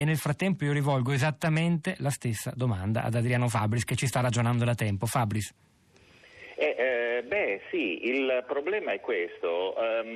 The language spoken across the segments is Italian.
E nel frattempo io rivolgo esattamente la stessa domanda ad Adriano Fabris, che ci sta ragionando da tempo. Fabris. Sì, il problema è questo,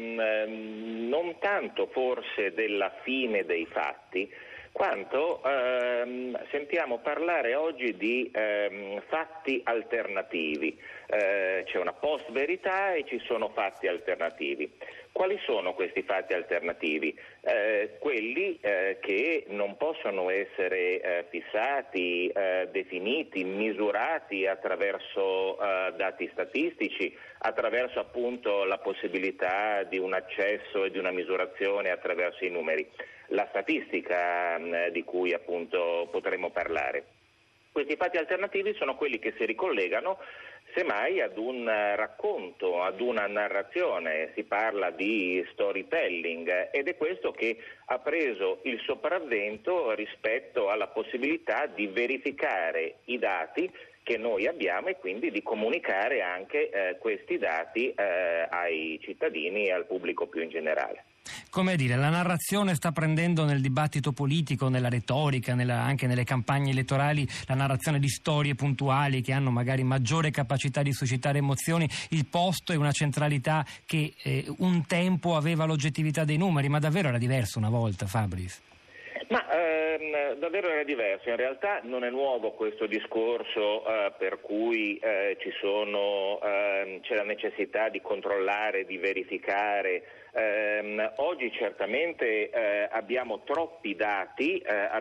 non tanto forse della fine dei fatti, quanto sentiamo parlare oggi di fatti alternativi. C'è una post-verità e ci sono fatti alternativi. Quali sono questi fatti alternativi? Quelli che non possono essere fissati, definiti, misurati attraverso dati statistici, attraverso appunto la possibilità di un accesso e di una misurazione attraverso i numeri. La statistica di cui appunto potremo parlare. Questi fatti alternativi sono quelli che si ricollegano semmai ad un racconto, ad una narrazione, si parla di storytelling ed è questo che ha preso il sopravvento rispetto alla possibilità di verificare i dati che noi abbiamo e quindi di comunicare anche questi dati ai cittadini e al pubblico più in generale. Come dire, la narrazione sta prendendo nel dibattito politico, nella retorica, anche nelle campagne elettorali, la narrazione di storie puntuali che hanno magari maggiore capacità di suscitare emozioni, il posto e una centralità che un tempo aveva l'oggettività dei numeri, ma davvero era diverso una volta, Fabris? Ma davvero era diverso, in realtà non è nuovo questo discorso per cui c'è la necessità di controllare, di verificare. Oggi certamente abbiamo troppi dati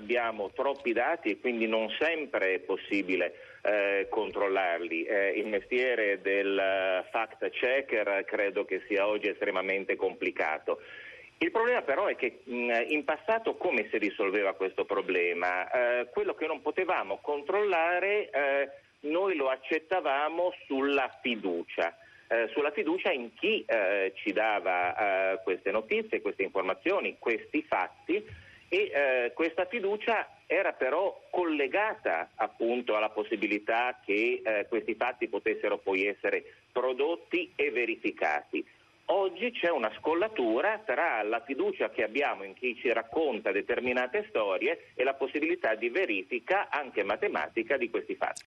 e quindi non sempre è possibile controllarli. Il mestiere del fact checker credo che sia oggi estremamente complicato. Il problema però è che in passato come si risolveva questo problema? Quello che non potevamo controllare noi lo accettavamo sulla fiducia in chi ci dava queste notizie, queste informazioni, questi fatti e questa fiducia era però collegata appunto alla possibilità che questi fatti potessero poi essere prodotti e verificati. Oggi c'è una scollatura tra la fiducia che abbiamo in chi ci racconta determinate storie e la possibilità di verifica anche matematica di questi fatti.